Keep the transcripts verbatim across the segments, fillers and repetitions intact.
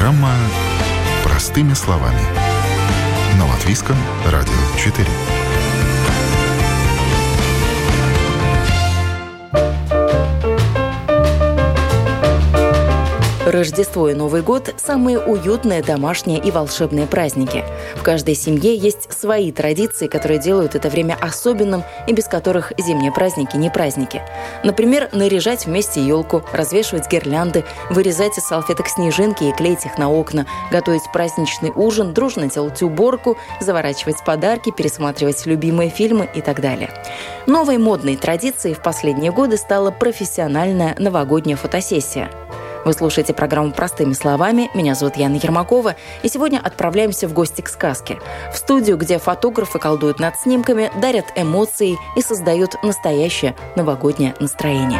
Программа «Простыми словами» на Латвийском радио четыре. Рождество и Новый год – самые уютные, домашние и волшебные праздники. В каждой семье есть свои традиции, которые делают это время особенным и без которых зимние праздники не праздники. Например, наряжать вместе елку, развешивать гирлянды, вырезать из салфеток снежинки и клеить их на окна, готовить праздничный ужин, дружно делать уборку, заворачивать подарки, пересматривать любимые фильмы и так далее. Новой модной традицией в последние годы стала профессиональная новогодняя фотосессия. Вы слушаете программу «Простыми словами». Меня зовут Яна Ермакова. И сегодня отправляемся в гости к сказке. В студию, где фотографы колдуют над снимками, дарят эмоции и создают настоящее новогоднее настроение.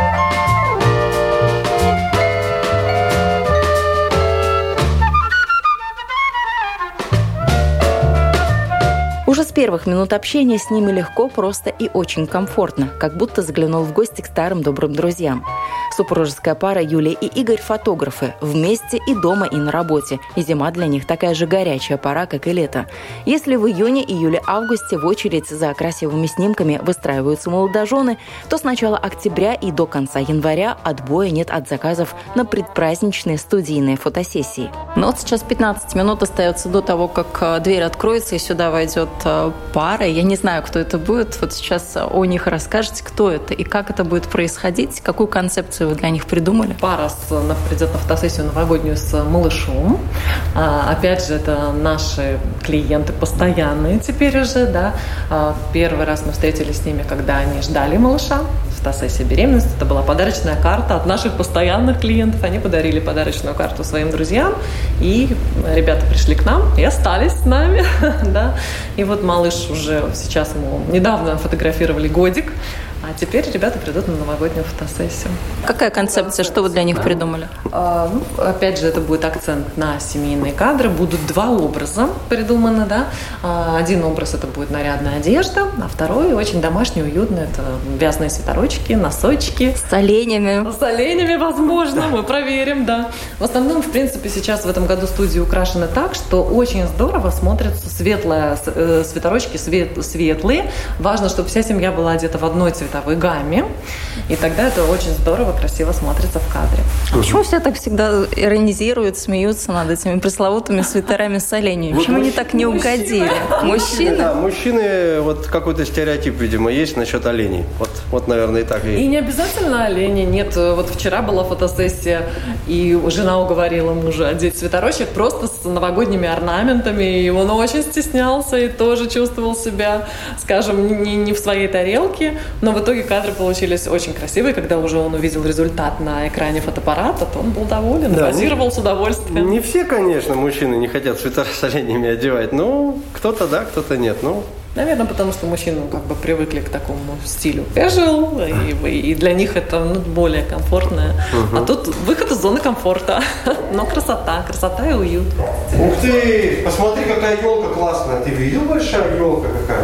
Уже с первых минут общения с ними легко, просто и очень комфортно, как будто заглянул в гости к старым добрым друзьям. Супружеская пара Юлия и Игорь – фотографы. Вместе и дома, и на работе. И зима для них такая же горячая пора, как и лето. Если в июне, июле, августе в очередь за красивыми снимками выстраиваются молодожены, то с начала октября и до конца января отбоя нет от заказов на предпраздничные студийные фотосессии. Но вот сейчас пятнадцать минут остается до того, как дверь откроется и сюда войдет пара. Я не знаю, кто это будет. Вот сейчас о них расскажете, кто это и как это будет происходить, какую концепцию вы для них придумали? Пара с, придет на фотосессию новогоднюю с малышом. А, опять же, это наши клиенты постоянные теперь уже. Да? А, первый раз мы встретились с ними, когда они ждали малыша. Фотосессия беременности. Это была подарочная карта от наших постоянных клиентов. Они подарили подарочную карту своим друзьям. И ребята пришли к нам и остались с нами. Да? И вот малыш уже сейчас, ему недавно фотографировали годик. А теперь ребята придут на новогоднюю фотосессию. Какая концепция? Что вы для них придумали? А, ну, опять же, это будет акцент на семейные кадры. Будут два образа придуманы. Да? А, один образ – это будет нарядная одежда, а второй – очень домашний, уютный. Это вязаные свитерочки, носочки. С оленями. С оленями, возможно. Мы проверим, да. В основном, в принципе, сейчас в этом году студии украшены так, что очень здорово смотрятся светлые э, свитерочки, свет, светлые. Важно, чтобы вся семья была одета в одной цветовой цветовой гамме, и тогда это очень здорово, красиво смотрится в кадре. А почему все так всегда иронизируют, смеются над этими пресловутыми свитерами с оленями? Вот почему они так не угодили? Мужчины? Да, мужчины, вот какой-то стереотип, видимо, есть насчет оленей. Вот, вот наверное, и так и есть. И не обязательно олени. Нет, вот вчера была фотосессия, и жена уговорила мужа одеть свитерочек просто с новогодними орнаментами, и он очень стеснялся и тоже чувствовал себя, скажем, не, не в своей тарелке, но в итоге кадры получились очень красивые. Когда уже он увидел результат на экране фотоаппарата, то он был доволен, да, позировал не, с удовольствием. Не все, конечно, мужчины не хотят свитера с оленями одевать. Ну, кто-то да, кто-то нет. Ну, наверное, потому что мужчины как бы привыкли к такому стилю casual, и, и для них это ну, более комфортное. Угу. А тут выход из зоны комфорта. Но красота, красота и уют. Ух ты! Посмотри, какая елка классная. Ты видел, большая елка какая?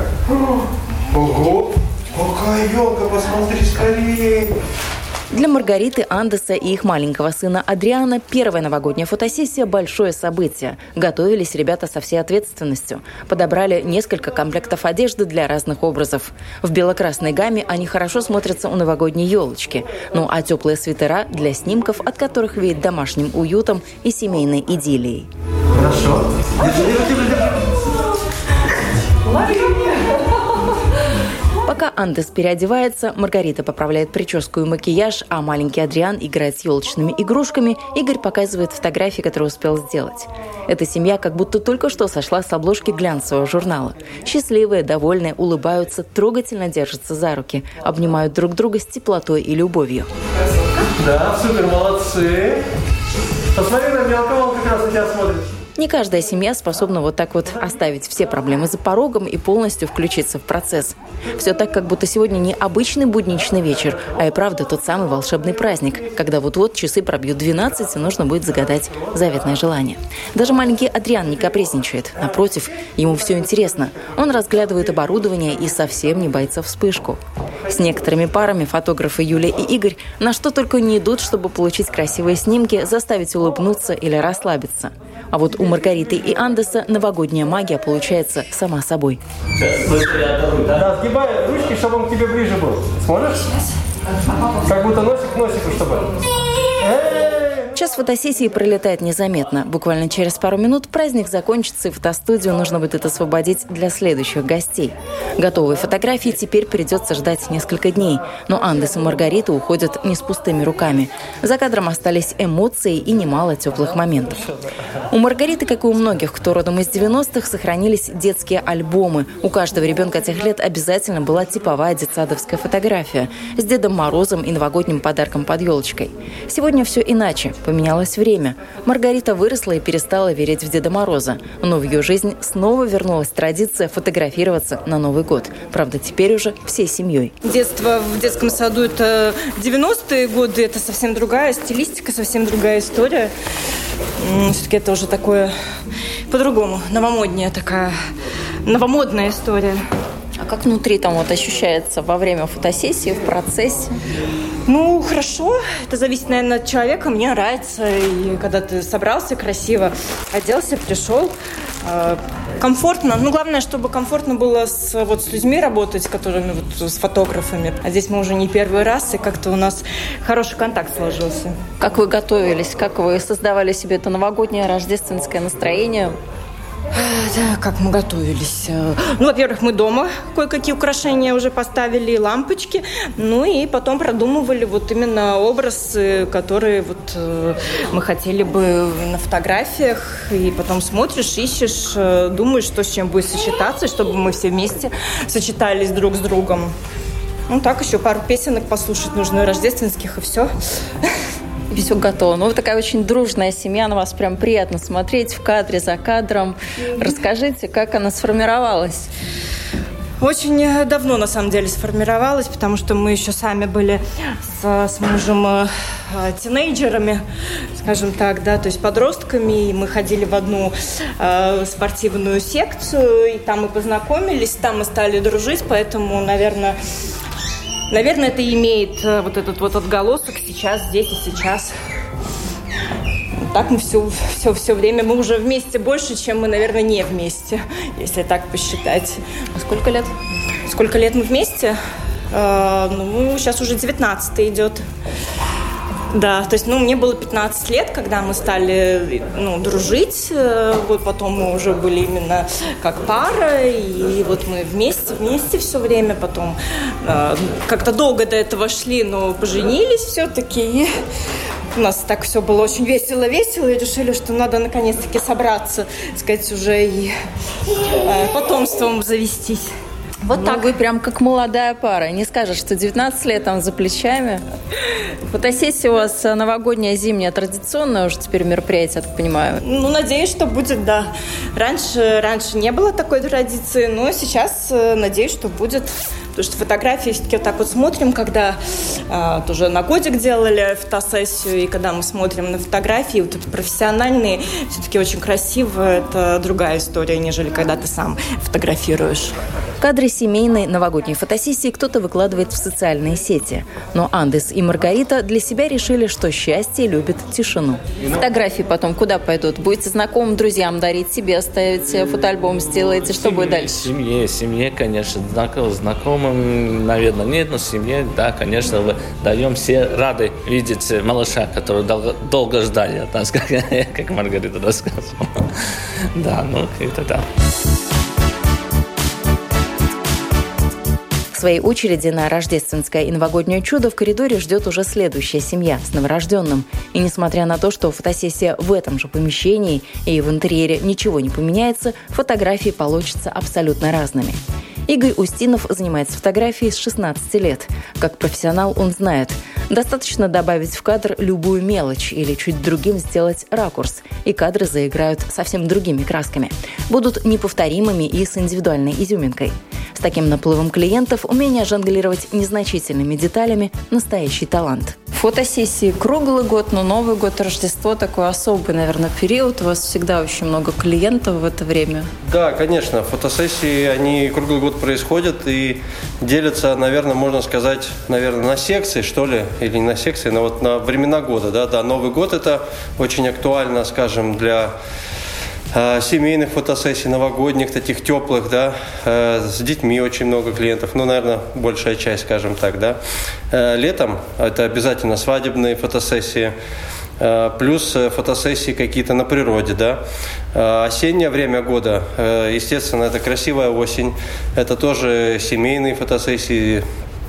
Ого! Какая елка, посмотри скорее! Для Маргариты, Андеса и их маленького сына Адриана первая новогодняя фотосессия – большое событие. Готовились ребята со всей ответственностью. Подобрали несколько комплектов одежды для разных образов. В бело-красной гамме они хорошо смотрятся у новогодней елочки. Ну а теплые свитера для снимков, от которых веет домашним уютом и семейной идиллией. Хорошо. Пока Андес переодевается, Маргарита поправляет прическу и макияж, а маленький Адриан играет с елочными игрушками, Игорь показывает фотографии, которые успел сделать. Эта семья как будто только что сошла с обложки глянцевого журнала. Счастливые, довольные, улыбаются, трогательно держатся за руки, обнимают друг друга с теплотой и любовью. Да, супер, молодцы. Посмотри на мелкого, он как раз на тебя смотрит. Не каждая семья способна вот так вот оставить все проблемы за порогом и полностью включиться в процесс. Все так, как будто сегодня не обычный будничный вечер, а и правда тот самый волшебный праздник, когда вот-вот часы пробьют двенадцать, и нужно будет загадать заветное желание. Даже маленький Адриан не капризничает. Напротив, ему все интересно. Он разглядывает оборудование и совсем не боится вспышку. С некоторыми парами фотографы Юлия и Игорь на что только не идут, чтобы получить красивые снимки, заставить улыбнуться или расслабиться. А вот у Маргариты и Андеса новогодняя магия получается сама собой. Да, сгибай ручки, чтобы он к тебе ближе был. Сможешь? Как будто носик к носику, чтобы... Час фотосессии пролетает незаметно. Буквально через пару минут праздник закончится, и фотостудию нужно будет освободить для следующих гостей. Готовые фотографии теперь придется ждать несколько дней. Но Андес и Маргарита уходят не с пустыми руками. За кадром остались эмоции и немало теплых моментов. У Маргариты, как и у многих, кто родом из девяностых, сохранились детские альбомы. У каждого ребенка тех лет обязательно была типовая детсадовская фотография с Дедом Морозом и новогодним подарком под елочкой. Сегодня все иначе. Поменялось время. Маргарита выросла и перестала верить в Деда Мороза. Но в ее жизнь снова вернулась традиция фотографироваться на Новый год. Правда, теперь уже всей семьей. Детство в детском саду – это девяностые годы. Это совсем другая стилистика, совсем другая история. Все-таки это уже такое по-другому. Новомодняя такая, новомодная история. А как внутри там вот ощущается во время фотосессии, в процессе? Ну, хорошо. Это зависит, наверное, от человека. Мне нравится. И когда ты собрался красиво, оделся, пришел, э, комфортно. Ну, главное, чтобы комфортно было с, вот, с людьми работать, которыми, вот, с фотографами. А здесь мы уже не первый раз, и как-то у нас хороший контакт сложился. Как вы готовились? Как вы создавали себе это новогоднее рождественское настроение? Да, как мы готовились. Ну, во-первых, мы дома кое-какие украшения уже поставили, лампочки. Ну, и потом продумывали вот именно образы, которые вот мы хотели бы на фотографиях. И потом смотришь, ищешь, думаешь, что с чем будет сочетаться, чтобы мы все вместе сочетались друг с другом. Ну, так еще пару песенок послушать нужно, рождественских, и все. И все готово. Ну, вы такая очень дружная семья, на вас прям приятно смотреть в кадре, за кадром. Расскажите, как она сформировалась? Очень давно, на самом деле, сформировалась, потому что мы еще сами были с, с мужем э, тинейджерами, скажем так, да, то есть подростками, и мы ходили в одну э, спортивную секцию, и там мы познакомились, там мы стали дружить, поэтому, наверное... Наверное, это имеет вот этот вот отголосок сейчас, здесь и сейчас. Так мы все, все, все время, мы уже вместе больше, чем мы, наверное, не вместе, если так посчитать. А сколько лет? Сколько лет мы вместе? Э, ну, сейчас уже девятнадцатый идет. Да, то есть, ну, мне было пятнадцать лет, когда мы стали, ну, дружить, вот потом мы уже были именно как пара, и вот мы вместе, вместе все время, потом э, как-то долго до этого шли, но поженились все-таки, и у нас так все было очень весело-весело, и решили, что надо наконец-таки собраться, так сказать, уже и э, потомством завестись. Вот ну, так. Вы прям как молодая пара. Не скажешь, что девятнадцать лет там за плечами. Фотосессия у вас новогодняя, зимняя, традиционная уже теперь мероприятие, я так понимаю. Ну, надеюсь, что будет, да. Раньше, раньше не было такой традиции, но сейчас надеюсь, что будет. Потому что фотографии все-таки вот так вот смотрим, когда э, тоже на годик делали фотосессию, и когда мы смотрим на фотографии, вот это профессиональные, все-таки очень красиво, это другая история, нежели когда ты сам фотографируешь. Кадры семейной новогодней фотосессии кто-то выкладывает в социальные сети. Но Андес и Маргарита для себя решили, что счастье любит тишину. Фотографии потом куда пойдут? Будете знакомым друзьям дарить, себе оставите, фотоальбом сделаете, что семье, будет дальше? Семье, семье, конечно, знакомым. Наверное, нет, но семье, да, конечно, мы даем, все рады видеть малыша, который долго, долго ждали от нас, как, как Маргарита рассказывала. Да, ну, это да. В своей очереди на рождественское и новогоднее чудо в коридоре ждет уже следующая семья с новорожденным. И несмотря на то, что фотосессия в этом же помещении и в интерьере ничего не поменяется, фотографии получатся абсолютно разными. Игорь Устинов занимается фотографией с шестнадцати лет. Как профессионал он знает, достаточно добавить в кадр любую мелочь или чуть другим сделать ракурс, и кадры заиграют совсем другими красками. Будут неповторимыми и с индивидуальной изюминкой. С таким наплывом клиентов умение жонглировать незначительными деталями – настоящий талант. Фотосессии круглый год, но Новый год, Рождество такой особый, наверное, период. У вас всегда очень много клиентов в это время. Да, конечно. Фотосессии, они круглый год происходят и делятся, наверное, можно сказать, наверное, на секции, что ли, или не на секции, но вот на времена года. Да, да. Новый год – это очень актуально, скажем, для семейных фотосессий, новогодних, таких теплых, да, с детьми очень много клиентов, ну, наверное, большая часть, скажем так, да. Летом это обязательно свадебные фотосессии, плюс фотосессии какие-то на природе, да. Осеннее время года, естественно, это красивая осень, это тоже семейные фотосессии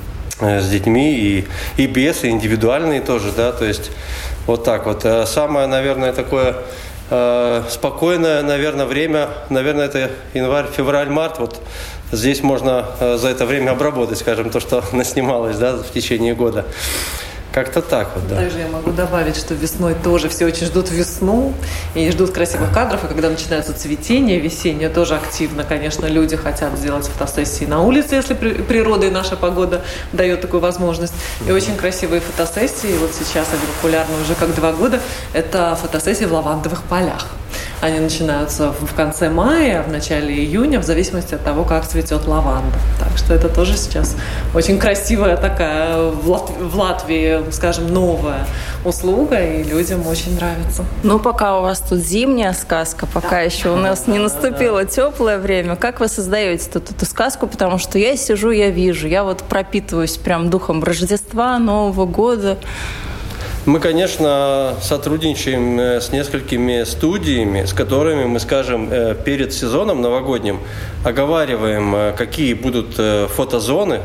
с детьми и, и без, и индивидуальные тоже, да, то есть вот так вот. Самое, наверное, такое спокойное, наверное, время, наверное, это январь, февраль, март. Вот здесь можно за это время обработать, скажем, то, что наснималось, да, в течение года. Как-то так вот, да. Также я могу добавить, что весной тоже все очень ждут весну и ждут красивых кадров. И когда начинается цветение весеннее, тоже активно, конечно, люди хотят сделать фотосессии на улице, если природа и наша погода дает такую возможность. И очень красивые фотосессии. Вот сейчас они популярны уже как два года. Это фотосессии в лавандовых полях. Они начинаются в конце мая, в начале июня, в зависимости от того, как цветет лаванда. Так что это тоже сейчас очень красивая такая в, Лат... в Латвии, скажем, новая услуга, и людям очень нравится. Ну, пока у вас тут зимняя сказка, пока да. еще у нас не наступило теплое время, как вы создаете тут эту сказку? Потому что я сижу, я вижу, я вот пропитываюсь прям духом Рождества, Нового года. Мы, конечно, сотрудничаем с несколькими студиями, с которыми мы, скажем, перед сезоном новогодним оговариваем, какие будут фотозоны,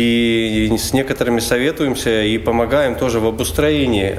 и с некоторыми советуемся и помогаем тоже в обустроении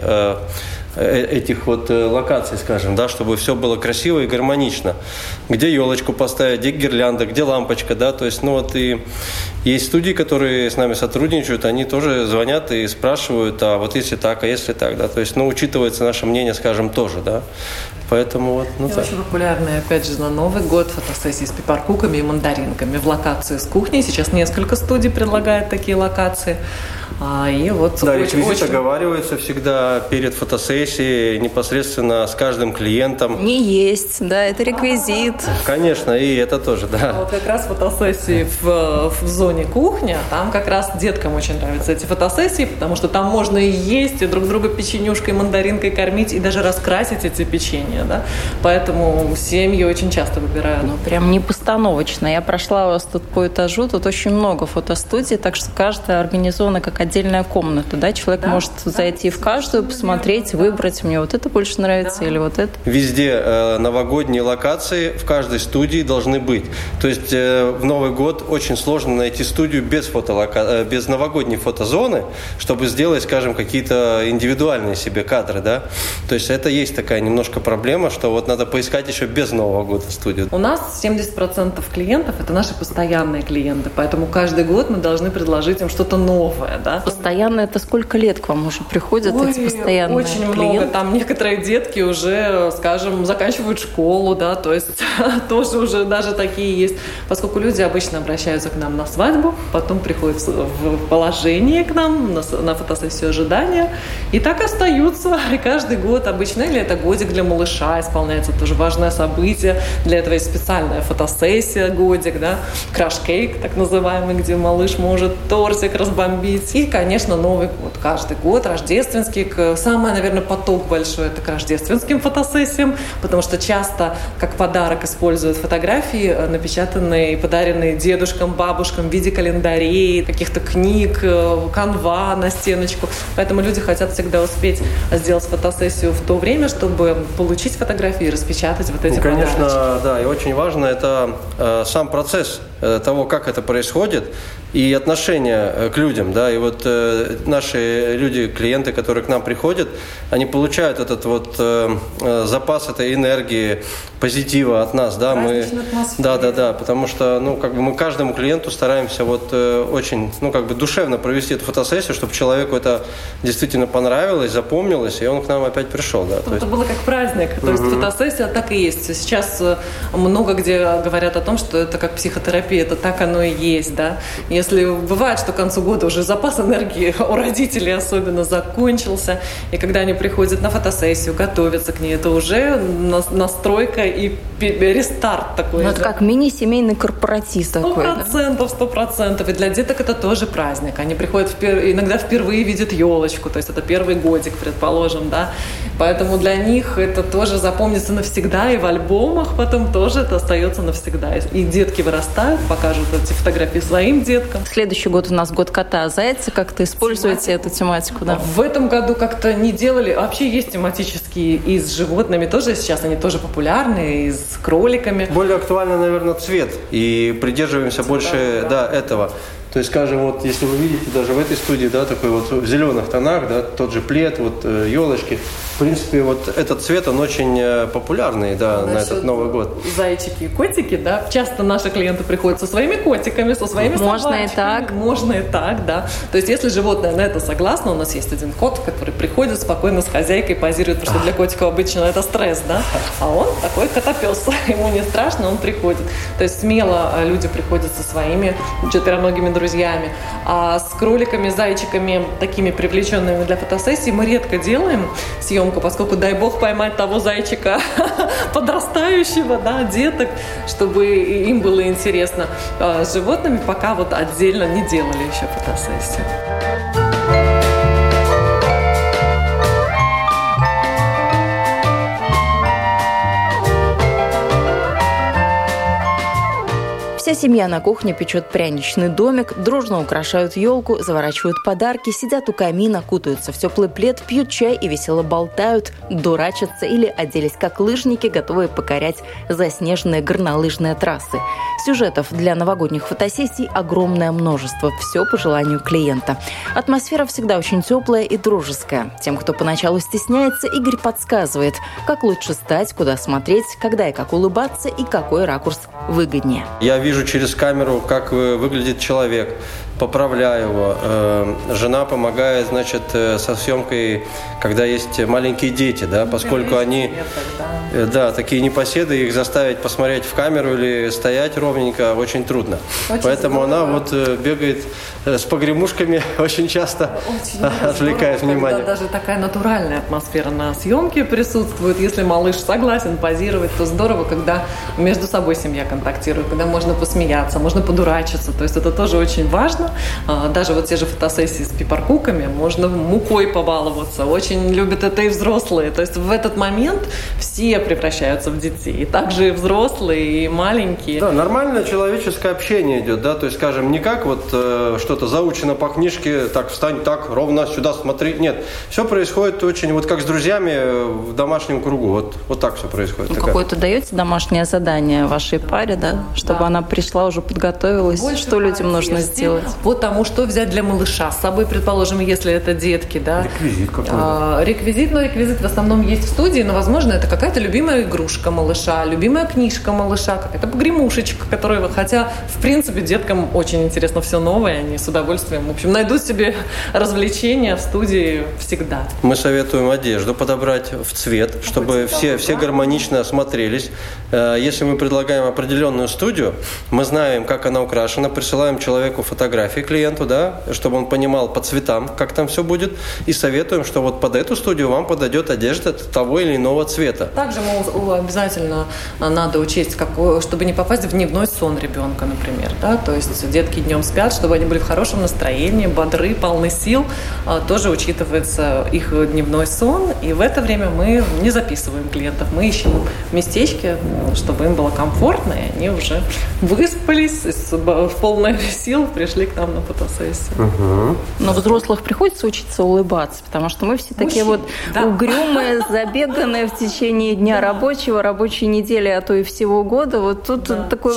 этих вот локаций, скажем, да, чтобы все было красиво и гармонично. Где елочку поставить, где гирлянда, где лампочка, да, то есть, ну вот и есть студии, которые с нами сотрудничают, они тоже звонят и спрашивают, а вот если так, а если так, да, то есть, ну, учитывается наше мнение, скажем, тоже, да. Поэтому вот, ну, так. Очень популярные, опять же, на Новый год фотосессии с пепаркуками и мандаринками в локации с кухней. Сейчас несколько студий предлагают такие локации. А, и вот да, очень, реквизит очень... оговаривается всегда перед фотосессией непосредственно с каждым клиентом. Не есть, да, это реквизит. Конечно, и это тоже, да. А вот как раз фотосессии в, в зоне кухни, там как раз деткам очень нравятся эти фотосессии, потому что там можно и есть, и друг друга печенюшкой, мандаринкой кормить, и даже раскрасить эти печенья, да. Поэтому семьи очень часто выбирают. Ну, прям не постановочно. Я прошла у вас тут по этажу, тут очень много фотостудий, так что каждая организована как отдельная комната, да, человек да, может да, зайти в каждую, посмотреть, выбрать, мне вот это больше нравится да. или вот это. Везде э, новогодние локации в каждой студии должны быть. То есть э, в Новый год очень сложно найти студию без, фотолока... э, без новогодней фотозоны, чтобы сделать, скажем, какие-то индивидуальные себе кадры, да. То есть это есть такая немножко проблема, что вот надо поискать еще без Нового года студию. У нас семьдесят процентов клиентов – это наши постоянные клиенты, поэтому каждый год мы должны предложить им что-то новое, да. Постоянно это сколько лет к вам уже приходят Ой, эти постоянные очень клиенты? много. Там некоторые детки уже, скажем, заканчивают школу, да, то есть тоже уже даже такие есть. Поскольку люди обычно обращаются к нам на свадьбу, потом приходят в положение к нам на, на фотосессию ожидания, и так остаются. И каждый год обычно, или это годик для малыша исполняется, тоже важное событие. Для этого есть специальная фотосессия, годик, да, краш-кейк, так называемый, где малыш может тортик разбомбить. И, конечно, Новый год. Каждый год рождественский. Самый, наверное, поток большой – это к рождественским фотосессиям, потому что часто как подарок используют фотографии, напечатанные и подаренные дедушкам, бабушкам в виде календарей, каких-то книг, канва на стеночку. Поэтому люди хотят всегда успеть сделать фотосессию в то время, чтобы получить фотографии и распечатать вот эти ну, конечно, подарочки. Да, и очень важно это э, сам процесс э, того, как это происходит, и отношение к людям, да, и вот э, наши люди, клиенты, которые к нам приходят, они получают этот вот э, запас этой энергии, позитива от нас, да, мы, да, да, да, потому что, ну, как бы мы каждому клиенту стараемся вот э, очень, ну, как бы душевно провести эту фотосессию, чтобы человеку это действительно понравилось, запомнилось, и он к нам опять пришел, да. Это есть... было как праздник, то есть mm-hmm. фотосессия так и есть. Сейчас много где говорят о том, что это как психотерапия, это так оно и есть, да. Если бывает, что к концу года уже запас энергии у родителей особенно закончился, и когда они приходят на фотосессию, готовятся к ней, это уже настройка и рестарт такой. Ну, это как мини-семейный корпоратив такой. Сто процентов, сто процентов. И для деток это тоже праздник. Они приходят, впер... иногда впервые видят елочку, то есть это первый годик, предположим, да. Поэтому для них это тоже запомнится навсегда, и в альбомах потом тоже это остается навсегда. И детки вырастают, покажут эти фотографии своим деткам. Следующий год у нас год кота, зайца. Как-то используете тематику. Эту тематику, да? В этом году как-то не делали. Вообще есть тематические и с животными тоже. Сейчас они тоже популярны, и с кроликами. Более актуально, наверное, цвет. И придерживаемся да, больше да. Да, этого. То есть, скажем, вот если вы видите даже в этой студии, да, такой вот в зеленых тонах, да, тот же плед, вот елочки. В принципе, вот этот цвет, он очень популярный, да, на этот Новый год. Зайчики и котики, да. Часто наши клиенты приходят со своими котиками, со своими Можно собачками. и так. Можно и так, да. То есть, если животное на это согласно, у нас есть один кот, который приходит спокойно с хозяйкой, позирует, потому что для котика обычно это стресс, да. А он такой котопес, ему не страшно, он приходит. То есть, смело люди приходят со своими четвероногими друзьями. друзьями. А с кроликами, зайчиками, такими привлеченными для фотосессии, мы редко делаем съемку, поскольку, дай бог, поймать того зайчика подрастающего, да, деток, чтобы им было интересно. А с животными пока вот отдельно не делали еще фотосессию. Вся семья на кухне печет пряничный домик, дружно украшают елку, заворачивают подарки, сидят у камина, кутаются в теплый плед, пьют чай и весело болтают, дурачатся или оделись как лыжники, готовые покорять заснеженные горнолыжные трассы. Сюжетов для новогодних фотосессий огромное множество, все по желанию клиента. Атмосфера всегда очень теплая и дружеская. Тем, кто поначалу стесняется, Игорь подсказывает, как лучше стать, куда смотреть, когда и как улыбаться и какой ракурс выгоднее. Я вижу через камеру, как выглядит человек, поправляю его. Жена помогает, значит, со съемкой, когда есть маленькие дети, да, поскольку они, да, такие непоседы, их заставить посмотреть в камеру или стоять ровненько очень трудно. Очень Поэтому здорово. Она вот бегает с погремушками очень часто, очень отвлекает здорово, внимание. Когда даже такая натуральная атмосфера на съемке присутствует. Если малыш согласен позировать, то здорово, когда между собой семья контактирует, когда можно посмеяться, можно подурачиться. То есть это тоже очень важно. Даже вот те же фотосессии с пипаркуками, можно мукой побаловаться. Очень любят это и взрослые. То есть в этот момент все превращаются в детей. И также и взрослые, и маленькие. Да, нормальное человеческое общение идет, да, то есть, скажем, не как вот э, что-то заучено по книжке, так, встань так, ровно сюда смотри. Нет, все происходит очень вот как с друзьями в домашнем кругу. Вот, вот так все происходит. Ну, какое-то даете домашнее задание вашей паре, да, чтобы да. она пришла, уже подготовилась, больше что людям нужно сделать? Вот тому, что взять для малыша с собой, предположим, если это детки, да. Реквизит какой-то. А, реквизит, но реквизит в основном есть в студии, но, возможно, это какая-то любимая игрушка малыша, любимая книжка малыша, какая-то погремушечка, которая, хотя, в принципе, деткам очень интересно все новое, они с удовольствием, в общем, найдут себе развлечения в студии всегда. Мы советуем одежду подобрать в цвет, чтобы все, все гармонично смотрелись. Если мы предлагаем определенную студию, мы знаем, как она украшена, присылаем человеку фотографии клиенту, да, чтобы он понимал по цветам, как там все будет, и советуем, что вот под эту студию вам подойдет одежда того или иного цвета. Также мы обязательно надо учесть, какой, чтобы не попасть в дневной сон ребенка, например, да, то есть детки днем спят, чтобы они были в хорошем настроении, бодры, полны сил, тоже учитывается их дневной сон, и в это время мы не записываем клиентов, мы ищем местечки, чтобы им было комфортно, и они уже выспались, в полной сил пришли к нам на фотосессию. Угу. Но взрослых приходится учиться улыбаться, потому что мы все такие Мужчин, вот да. угрюмые, забеганные в течение дня да. рабочего, рабочей недели, а то и всего года. Вот тут да. такой Чаще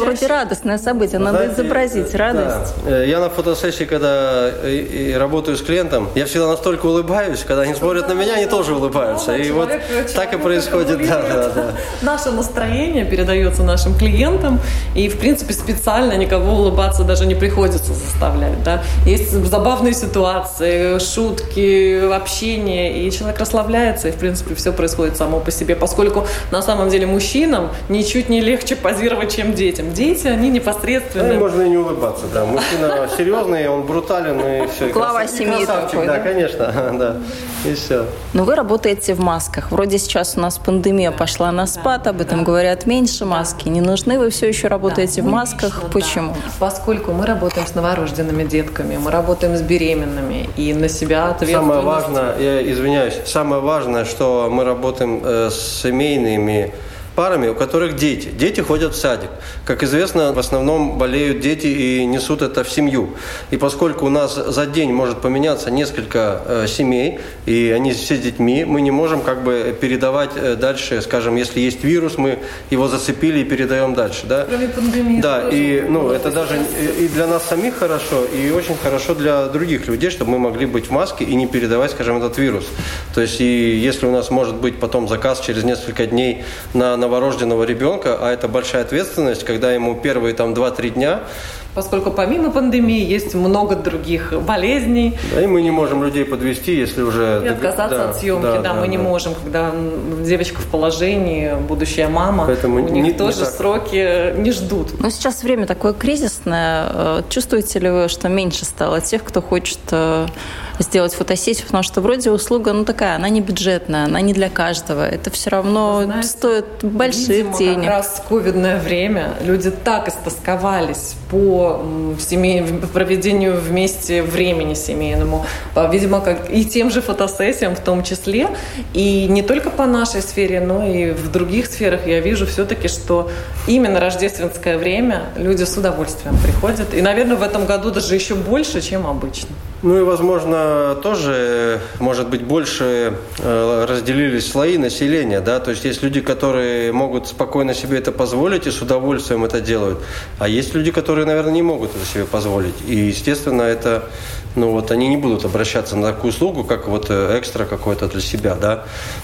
вроде радостное событие, надо Знаете, изобразить радость. Да. Я на фотосессии, когда и, и работаю с клиентом, я всегда настолько улыбаюсь, когда они смотрят на меня, они тоже улыбаются. И вот так и происходит. Да, да, да. Наше настроение передается нашим клиентам, и, в принципе, специально никого улыбаться даже не приходится заставлять. Да? Есть забавные ситуации, шутки, общение, и человек расслабляется, и, в принципе, все происходит само по себе, поскольку на самом деле мужчинам ничуть не легче позировать, чем детям. Дети, они непосредственно... Ну, можно и не улыбаться, да. Мужчина серьезный, он брутален, и все. Глава семьи такой, да, конечно, да. И все. Но вы работаете в масках. Вроде сейчас у нас пандемия пошла на спад, об этом говорят меньше, маски не нужны. Вы все еще работаете да, в масках. лично, Почему? Да. Поскольку мы работаем с новорожденными детками, мы работаем с беременными, и на себя ответственность... Самое важное, я извиняюсь, самое важное, что мы работаем э, с семейными парами, у которых дети. Дети ходят в садик. Как известно, в основном болеют дети и несут это в семью. И поскольку у нас за день может поменяться несколько э, семей, и они все с детьми, мы не можем как бы передавать э, дальше, скажем, если есть вирус, мы его зацепили и передаем дальше. Да? Кроме пандемии. Да, и ну, это даже и для нас самих хорошо, и очень хорошо для других людей, чтобы мы могли быть в маске и не передавать, скажем, этот вирус. То есть, и если у нас может быть потом заказ через несколько дней на новорожденного ребенка, а это большая ответственность, когда ему первые там два-три дня. Поскольку помимо пандемии есть много других болезней. Да, и мы не можем людей подвести, если уже... И отказаться да, от съемки, да, да, да мы да. не можем, когда девочка в положении, будущая мама, Поэтому у них не, тоже не сроки не ждут. Но сейчас время такое кризисное. Чувствуете ли вы, что меньше стало тех, кто хочет сделать фотосессию, потому что вроде услуга, ну такая, она не бюджетная, она не для каждого. Это все равно знаете, стоит больших видимо, денег. Как раз в ковидное время люди так истосковались по семей... проведению вместе времени семейному, видимо, как и тем же фотосессиям в том числе. И не только по нашей сфере, но и в других сферах я вижу все-таки, что именно рождественское время люди с удовольствием приходят. И, наверное, в этом году даже еще больше, чем обычно. Ну и, возможно, тоже, может быть, больше э, разделились слои населения, да, то есть есть люди, которые могут спокойно себе это позволить и с удовольствием это делают, а есть люди, которые, наверное, не могут это себе позволить, и, естественно, это, ну вот, они не будут обращаться на такую услугу, как вот экстра какой-то для себя, да,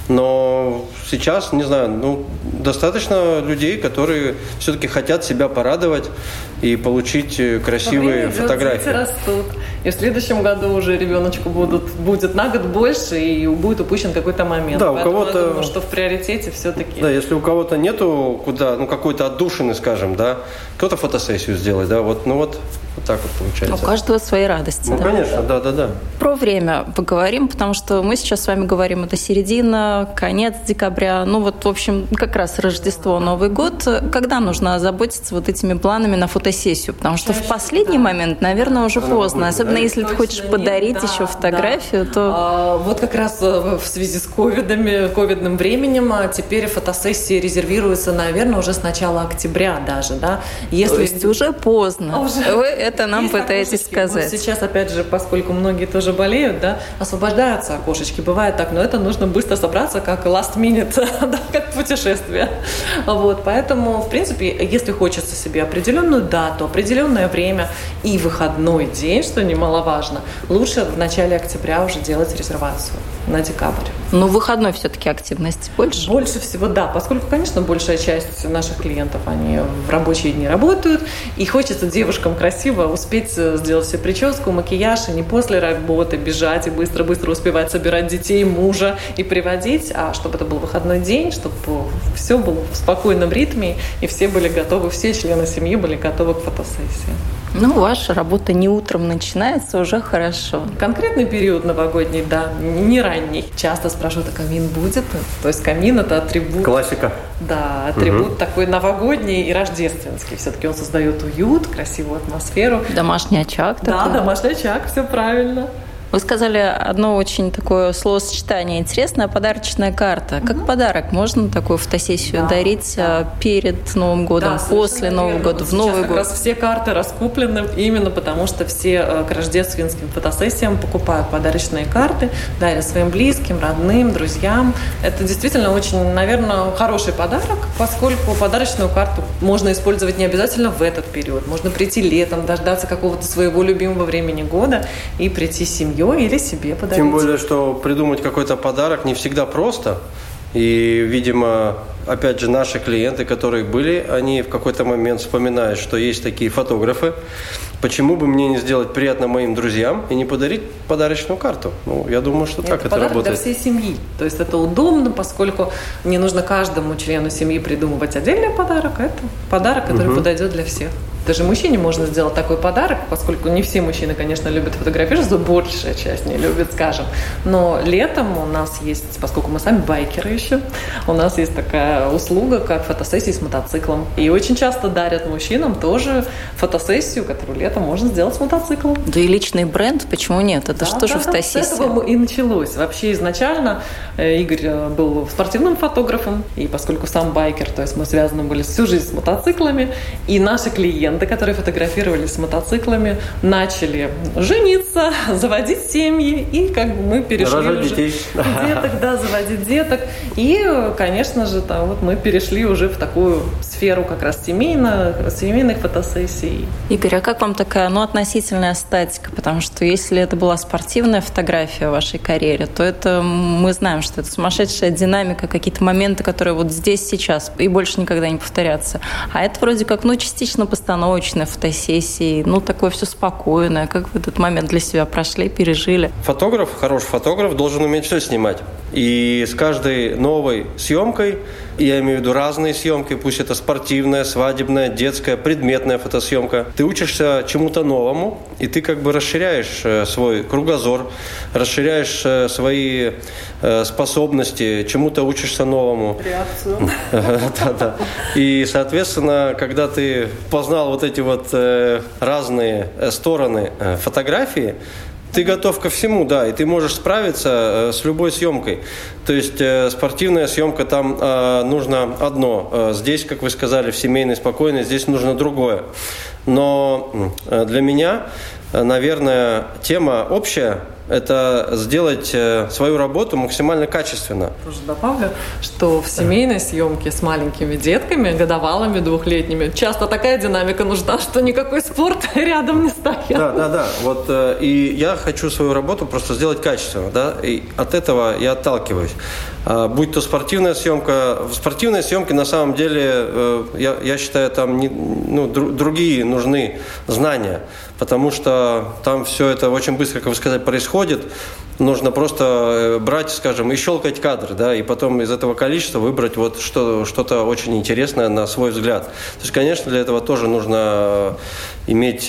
но сейчас, не знаю, ну, достаточно людей, которые все-таки хотят себя порадовать и получить красивые фотографии. Дети растут, и в следующем году уже ребеночку будут, будет на год больше, и будет упущен какой-то момент. Да, Поэтому у кого-то, я думаю, что в приоритете все-таки... Да, если у кого-то нету куда, ну, какой-то отдушины, скажем, да, кто-то фотосессию сделает, да, вот, ну вот, вот так вот получается. У каждого свои радости. Ну, да? конечно, да, да, да. Про время поговорим, потому что мы сейчас с вами говорим, это середина, конец декабря, ну вот, в общем, как раз Рождество, Новый год. Когда нужно озаботиться вот этими планами на фотосессию? Потому что в последний да. момент, наверное, уже Она поздно. Будет, особенно да? если Точно ты хочешь нет, подарить да, еще фотографию, да. то... А, вот как раз в связи с ковидами, ковидным временем теперь фотосессии резервируются, наверное, уже с начала октября даже, да? Если... То есть уже поздно. Уже... Вы это нам Есть пытаетесь окошечки. сказать. Вот сейчас, опять же, поскольку многие тоже болеют, да, освобождаются окошечки. Бывает так, но это нужно быстро собраться, как last minute, да, как путешествие. Вот, поэтому, в принципе, если хочется себе определенную дату, определенное время и выходной день, что немаловажно, лучше в начале октября уже делать резервацию на декабрь. Но выходной все-таки активности больше? Больше всего, да, поскольку, конечно, большая часть наших клиентов, они в рабочие дни работают, и хочется девушкам красиво успеть сделать себе прическу, макияж, и не после работы бежать и быстро-быстро успевать собирать детей, мужа и приводить, а чтобы это был выходной день, чтобы все было в спокойном ритме, и все были готовы, все члены семьи были готовы к фотосессии. Ну, ваша работа не утром начинается, уже хорошо. Конкретный период новогодний, да, не ранний. Часто спрашивают, а камин будет? То есть камин – это атрибут. Классика. Да, атрибут угу. такой новогодний и рождественский. Все-таки он создает уют, красивую атмосферу. Домашний очаг такой. Да, домашний очаг, все правильно. Вы сказали одно очень такое словосочетание интересное – подарочная карта. Как угу. подарок можно такую фотосессию да, дарить да. перед Новым годом, да, после Нового года, в Новый год? Сейчас как раз все карты раскуплены именно потому, что все к рождественским фотосессиям покупают подарочные карты, дарят своим близким, родным, друзьям. Это действительно очень, наверное, хороший подарок. Поскольку подарочную карту можно использовать не обязательно в этот период. Можно прийти летом, дождаться какого-то своего любимого времени года и прийти с семьей или себе подарить. Тем более, что придумать какой-то подарок не всегда просто. И, видимо, опять же, наши клиенты, которые были, они в какой-то момент вспоминают, что есть такие фотографы. Почему бы мне не сделать приятно моим друзьям и не подарить подарочную карту? Ну, я думаю, что так это, это работает. Подарок для всей семьи. То есть это удобно, поскольку не нужно каждому члену семьи придумывать отдельный подарок. Это подарок, который угу. подойдет для всех. Даже мужчине можно сделать такой подарок, поскольку не все мужчины, конечно, любят фотографироваться, большая часть не любит, скажем. Но летом у нас есть, поскольку мы сами байкеры еще, у нас есть такая услуга, как фотосессии с мотоциклом. И очень часто дарят мужчинам тоже фотосессию, которую летом можно сделать с мотоциклом. Да и личный бренд, почему нет? Это да, же тоже да, фотосессия. С этого и началось. Вообще изначально Игорь был спортивным фотографом, и поскольку сам байкер, то есть мы связаны были всю жизнь с мотоциклами, и наши клиенты, которые фотографировались с мотоциклами, начали жениться, заводить семьи, и как бы мы перешли Рожать уже детей. деток, да, заводить деток. И, конечно же, там вот мы перешли уже в такую сферу как раз семейных, семейных фотосессий. Игорь, а как вам такая, ну, относительная статика? Потому что если это была спортивная фотография в вашей карьере, то это мы знаем, что это сумасшедшая динамика, какие-то моменты, которые вот здесь, сейчас, и больше никогда не повторятся. А это вроде как, ну, частично постановочная фотосессия, ну, такое все спокойное. Как вы этот момент для себя прошли, пережили? Фотограф, хороший фотограф, должен уметь все снимать. И с каждой новой съемкой, я имею в виду разные съемки, пусть это спортивная, свадебная, детская, предметная фотосъемка, ты учишься чему-то новому, и ты как бы расширяешь свой кругозор, расширяешь свои способности, чему-то учишься новому. Реакцию. Да-да. И, соответственно, когда ты познал вот эти вот разные стороны фотографии, ты готов ко всему, да, и ты можешь справиться э, с любой съемкой. То есть э, спортивная съемка, там э, нужно одно. Э, здесь, как вы сказали, в семейной, спокойной, здесь нужно другое. Но э, для меня, э, наверное, тема общая – это сделать э, свою работу максимально качественно. Тоже добавлю, что в семейной съемке с маленькими детками, годовалыми, двухлетними, часто такая динамика нужна, что никакой спорт рядом не стоит. Да, да, да. Вот, э, и я хочу свою работу просто сделать качественно, да, и от этого я отталкиваюсь. А, будь то спортивная съемка, в спортивной съемке на самом деле, э, я, я считаю, там не, ну, дру, другие нужны знания, потому что там все это очень быстро, как вы сказали, происходит. Нужно просто брать, скажем, и щелкать кадр, да, и потом из этого количества выбрать вот что, что-то очень интересное на свой взгляд. То есть, конечно, для этого тоже нужно иметь,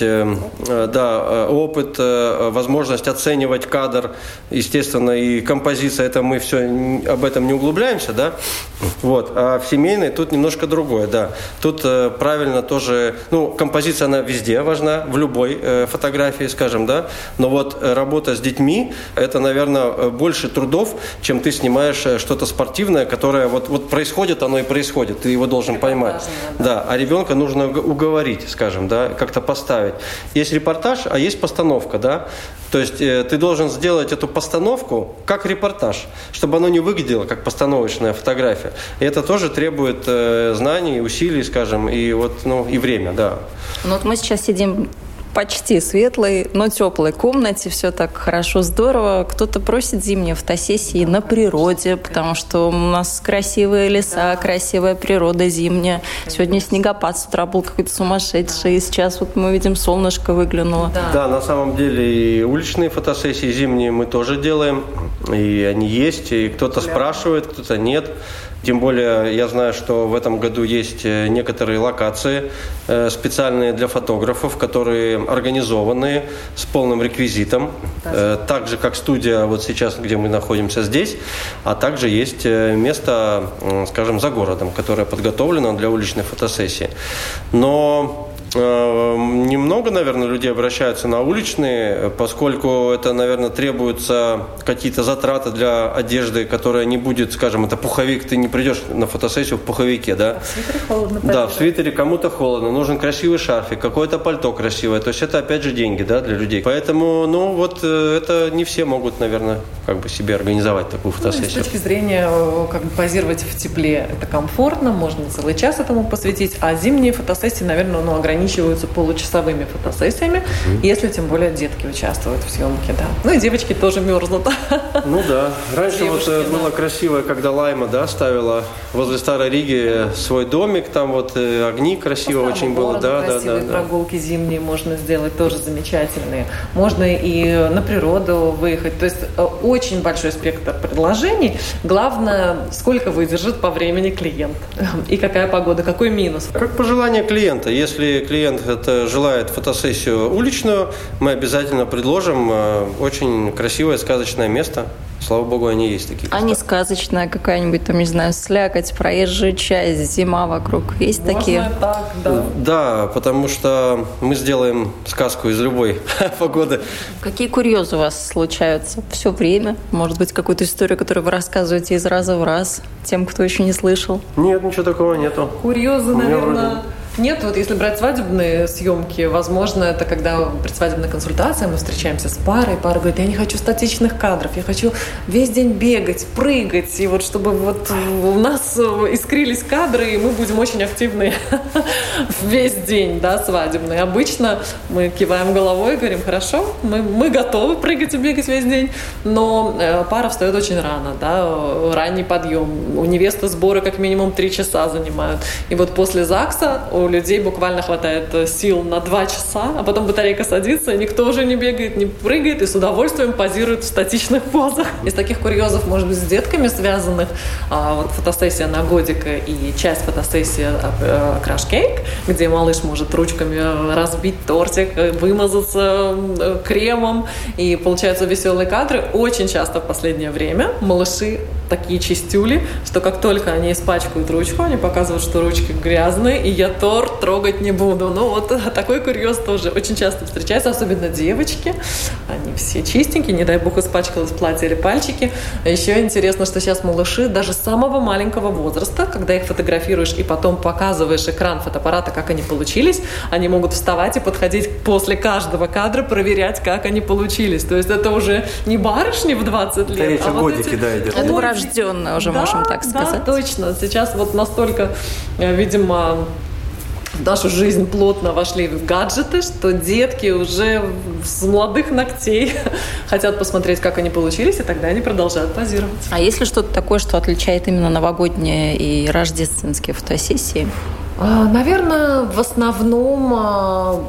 да, опыт, возможность оценивать кадр, естественно, и композиция, это мы все об этом не углубляемся, да, вот, а в семейной тут немножко другое, да, тут правильно тоже, ну, композиция, она везде важна, в любой фотографии, скажем, да, но вот работа с детьми, это, наверное, больше трудов, чем ты снимаешь что-то спортивное, которое вот, вот происходит, оно и происходит, ты его должен поймать, важно, да. Да, а ребенка нужно уговорить, скажем, да, как-то поставить. Есть репортаж, а есть постановка, да, то есть э, ты должен сделать эту постановку как репортаж, чтобы оно не выглядело как постановочная фотография. И это тоже требует э, знаний, усилий, скажем, и вот, ну, и время, да. Ну вот мы сейчас сидим почти светлой, но теплой комнате, все так хорошо, здорово. Кто-то просит зимние фотосессии на природе, потому что у нас красивые леса, красивая природа зимняя. Сегодня снегопад с утра был какой-то сумасшедший, и сейчас вот мы видим, солнышко выглянуло. Да, да, на самом деле и уличные фотосессии зимние мы тоже делаем, и они есть, и кто-то спрашивает, кто-то нет. Тем более я знаю, что в этом году есть некоторые локации специальные для фотографов, которые организованы с полным реквизитом. Даже. Так же, как студия вот сейчас, где мы находимся здесь, а также есть место, скажем, за городом, которое подготовлено для уличной фотосессии. Но Немного, наверное, людей обращаются на уличные, поскольку это, наверное, требуются какие-то затраты для одежды, которая не будет, скажем, это пуховик, ты не придешь на фотосессию в пуховике, да? В свитере холодно. Да, в свитере кому-то холодно, нужен красивый шарфик, какое-то пальто красивое, то есть это, опять же, деньги, да, для людей. Поэтому, ну, вот это не все могут, наверное, как бы себе организовать такую фотосессию. Ну, с точки зрения, как бы, позировать в тепле, это комфортно, можно целый час этому посвятить, а зимние фотосессии, наверное, ну, ограничиваются получасовыми фотосессиями, mm-hmm. если тем более детки участвуют в съемке, да. Ну и девочки тоже мерзнут. Ну да. Раньше Девушки, вот да. было красиво, когда Лайма, да, ставила возле Старой Риги свой домик, там вот огни красиво По очень было, да, да, да, да. Прогулки зимние можно сделать, тоже замечательные. Можно и на природу выехать. То есть очень большой спектр предложений. Главное, сколько выдержит по времени клиент и какая погода, какой минус. Как пожелание клиента. Если клиент это желает фотосессию уличную, мы обязательно предложим очень красивое сказочное место. Слава богу, они есть такие. А не сказочная какая-нибудь, там, не знаю, слякоть, проезжая часть, зима вокруг. Есть Можно такие? Так, да. Да, потому что мы сделаем сказку из любой погоды. Какие курьезы у вас случаются все время? Может быть, какую-то историю, которую вы рассказываете из раза в раз тем, кто еще не слышал? Нет, ничего такого нету. Курьезы, наверное... вроде... Нет, вот если брать свадебные съемки, возможно, это когда предсвадебная консультация, мы встречаемся с парой, и пара говорит, я не хочу статичных кадров, я хочу весь день бегать, прыгать, и вот чтобы вот у нас искрились кадры, и мы будем очень активны весь день, да, свадебный. Обычно мы киваем головой и говорим, хорошо, мы, мы готовы прыгать и бегать весь день, но э, пара встает очень рано, да, ранний подъем, у невесты сборы как минимум три часа занимают, и вот после ЗАГСа у людей буквально хватает сил на два часа, а потом батарейка садится, и никто уже не бегает, не прыгает, и с удовольствием позирует в статичных позах. Из таких курьезов, может быть, с детками связанных, а, вот фотосессия на годика и часть фотосессии Crash Cake, где малыш может ручками разбить тортик, вымазаться кремом, и получаются веселые кадры. Очень часто в последнее время малыши такие чистюли, что как только они испачкают ручку, они показывают, что ручки грязные, и я торт трогать не буду. Ну вот такой курьез тоже очень часто встречается, особенно девочки. Они все чистенькие, не дай бог испачкалось платье или пальчики. Еще интересно, что сейчас малыши даже с самого маленького возраста, когда их фотографируешь и потом показываешь экран фотоаппарата, как они получились, они могут вставать и подходить после каждого кадра, проверять, как они получились. То есть это уже не барышни в двадцать лет, эти а вот годики, эти... да, идет. Это врожденное уже, да, можем так сказать. Да, точно. Сейчас вот настолько, видимо, в нашу жизнь плотно вошли гаджеты, что детки уже с молодых ногтей хотят посмотреть, как они получились, и тогда они продолжают позировать. А есть ли что-то такое, что отличает именно новогодние и рождественские фотосессии? Наверное, в основном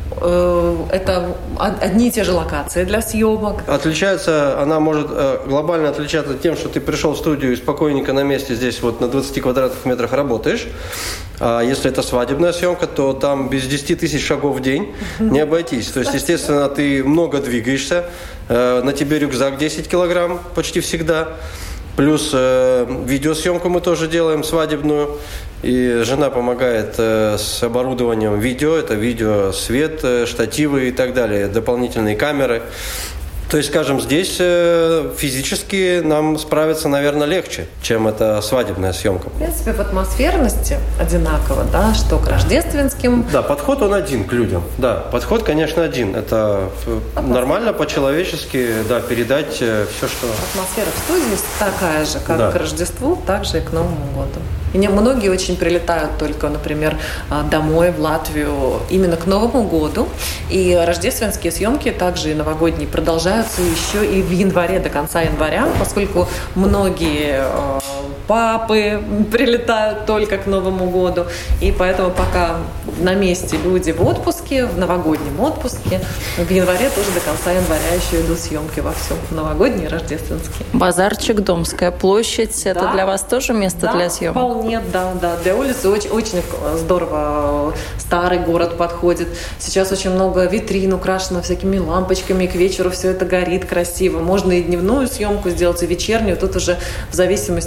это одни и те же локации для съемок. Отличается, она может глобально отличаться тем, что ты пришел в студию и спокойненько на месте здесь вот на двадцати квадратных метрах работаешь. А если это свадебная съемка, то там без десяти тысяч шагов в день не обойтись. То есть, естественно, ты много двигаешься, на тебе рюкзак десять килограмм почти всегда. Плюс э, видеосъемку мы тоже делаем свадебную. И жена помогает э, с оборудованием видео. Это видео, свет, э, штативы и так далее. Дополнительные камеры. То есть, скажем, здесь э, физически нам справиться, наверное, легче, чем эта свадебная съемка. В принципе, в атмосферности одинаково, да, что к рождественским. Да, подход он один к людям. Да, подход, конечно, один. Это нормально, по-человечески, да, передать э, все, что... Атмосфера в студии такая же, как да. к Рождеству, так же и к Новому году. И не, многие очень прилетают только, например, домой в Латвию именно к Новому году. И рождественские съемки, также и новогодние, продолжаются еще и в январе, до конца января, поскольку многие э, папы прилетают только к Новому году. И поэтому пока на месте люди в отпуске, в новогоднем отпуске, в январе тоже до конца января еще идут съемки вовсю. Новогодние и рождественские. Базарчик, Домская площадь. Да. Это для вас тоже место да, для съемок? Вполне, да, да. Для улицы очень, очень здорово. Старый город подходит. Сейчас очень много витрин украшено всякими лампочками. К вечеру все это горит красиво. Можно и дневную съемку сделать, и вечернюю. Тут уже в зависимости от того,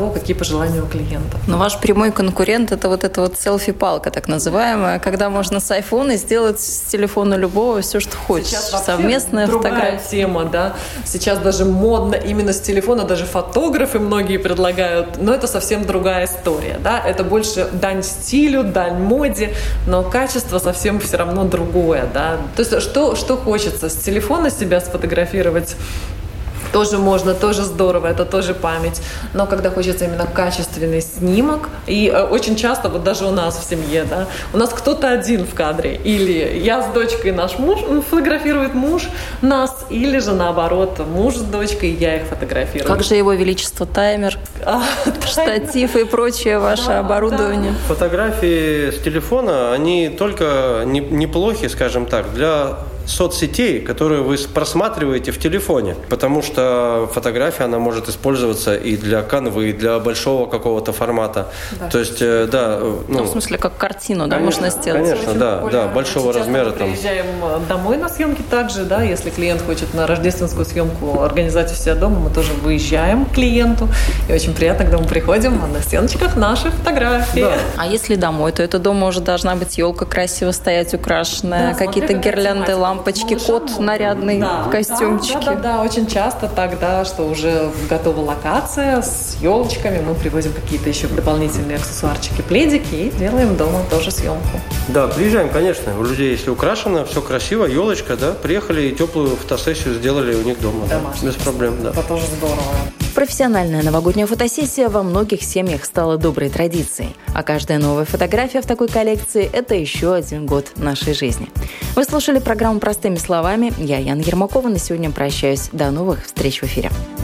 того, какие пожелания у клиентов. Но ваш прямой конкурент – это вот эта вот селфи-палка, так называемая, когда можно с айфона сделать с телефона любого все, что хочешь. Сейчас совместная другая фотография. тема, да. Сейчас даже модно именно с телефона, даже фотографы многие предлагают, но это совсем другая история, да. Это больше дань стилю, дань моде, но качество совсем все равно другое, да. То есть что, что хочется? С телефона себя сфотографировать тоже можно, тоже здорово, это тоже память. Но когда хочется именно качественный снимок, и э, очень часто, вот даже у нас в семье, да, у нас кто-то один в кадре, или я с дочкой, наш муж, фотографирует муж нас, или же наоборот, муж с дочкой, я их фотографирую. Как же его величество таймер, а, штатив и прочее ваше да, оборудование? Да. Фотографии с телефона, они только не, неплохи, скажем так, для соцсетей, которые вы просматриваете в телефоне, потому что фотография, она может использоваться и для канвы, и для большого какого-то формата. Да. То есть, да, ну, ну, в смысле, как картину, да, конечно, можно сделать? Конечно, да, да, большого Сейчас размера. мы там. приезжаем домой на съемки также, да, если клиент хочет на рождественскую съемку организовать у себя дома, мы тоже выезжаем к клиенту, и очень приятно, когда мы приходим, а на стеночках наши фотографии. Да. А если домой, то это дома уже должна быть елка красиво стоять, украшенная, да, какие-то гирлянды, лампы. Лампочки, кот нарядный да, в костюмчике. Да, да, да, очень часто тогда, что уже готова локация с елочками, мы привозим какие-то еще дополнительные аксессуарчики, пледики и делаем дома тоже съемку. Да, приезжаем, конечно. У людей, если украшено, все красиво, елочка, да, приехали и теплую фотосессию сделали у них дома. Да, без проблем, да. Это тоже здорово. Профессиональная новогодняя фотосессия во многих семьях стала доброй традицией, а каждая новая фотография в такой коллекции – это еще один год нашей жизни. Вы слушали программу «Простыми словами». Я, Яна Ермакова, на сегодня прощаюсь. До новых встреч в эфире.